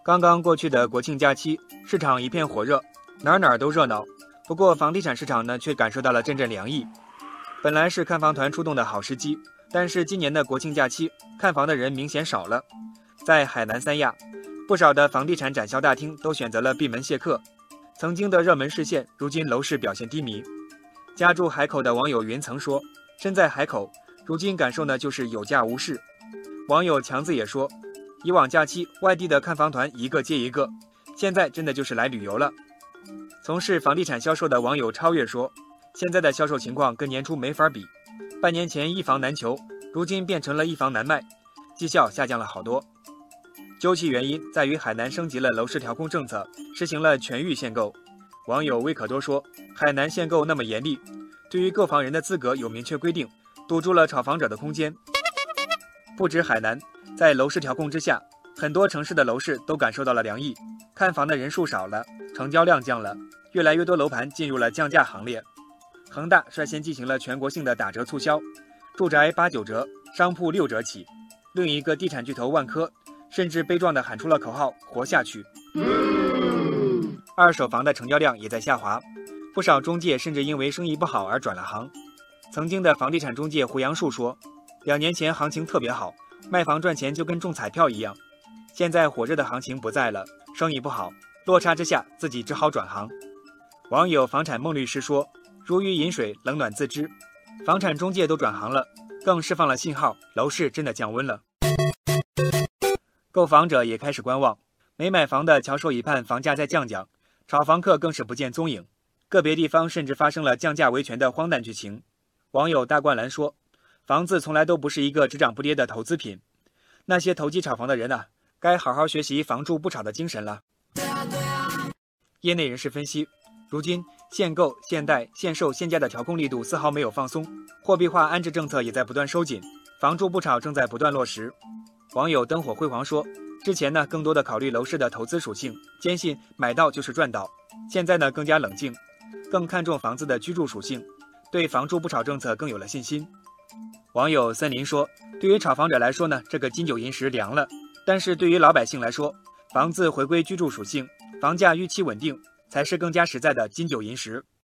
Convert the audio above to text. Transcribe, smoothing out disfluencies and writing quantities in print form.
刚刚过去的国庆假期，市场一片火热，哪哪都热闹。不过房地产市场呢，却感受到了阵阵凉意。本来是看房团出动的好时机，但是今年的国庆假期，看房的人明显少了。在海南三亚，不少的房地产展销大厅都选择了闭门谢客。曾经的热门市县，如今楼市表现低迷。家住海口的网友云曾说，身在海口，如今感受呢就是有价无市。网友强子也说，以往假期外地的看房团一个接一个，现在真的就是来旅游了。从事房地产销售的网友超越说，现在的销售情况跟年初没法比，半年前一房难求，如今变成了一房难卖，绩效下降了好多。究其原因在于海南升级了楼市调控政策，实行了全域限购。网友魏可多说，海南限购那么严厉，对于购房人的资格有明确规定，堵住了炒房者的空间。不止海南，在楼市调控之下，很多城市的楼市都感受到了凉意，看房的人数少了，成交量降了，越来越多楼盘进入了降价行列。恒大率先进行了全国性的打折促销，住宅8、9折，商铺6折起。另一个地产巨头万科甚至悲壮地喊出了口号，活下去。二手房的成交量也在下滑，不少中介甚至因为生意不好而转了行。曾经的房地产中介胡杨树说，2年前行情特别好，卖房赚钱就跟中彩票一样，现在火热的行情不在了，生意不好，落差之下自己只好转行。网友房产孟律师说，如鱼饮水，冷暖自知，房产中介都转行了，更释放了信号，楼市真的降温了。购房者也开始观望，没买房的翘首以盼房价再降降，炒房客更是不见踪影，个别地方甚至发生了降价维权的荒诞剧情。网友大灌篮说，房子从来都不是一个只涨不跌的投资品，那些投机炒房的人啊，该好好学习房住不炒的精神了。业内人士分析，如今限购、限贷、限售、限价的调控力度丝毫没有放松，货币化安置政策也在不断收紧，房住不炒正在不断落实。网友灯火辉煌说，之前呢更多的考虑楼市的投资属性，坚信买到就是赚到，现在呢更加冷静，更看重房子的居住属性，对房住不炒政策更有了信心。网友森林说，对于炒房者来说呢，这个金九银十凉了，但是对于老百姓来说，房子回归居住属性，房价预期稳定，才是更加实在的金九银十。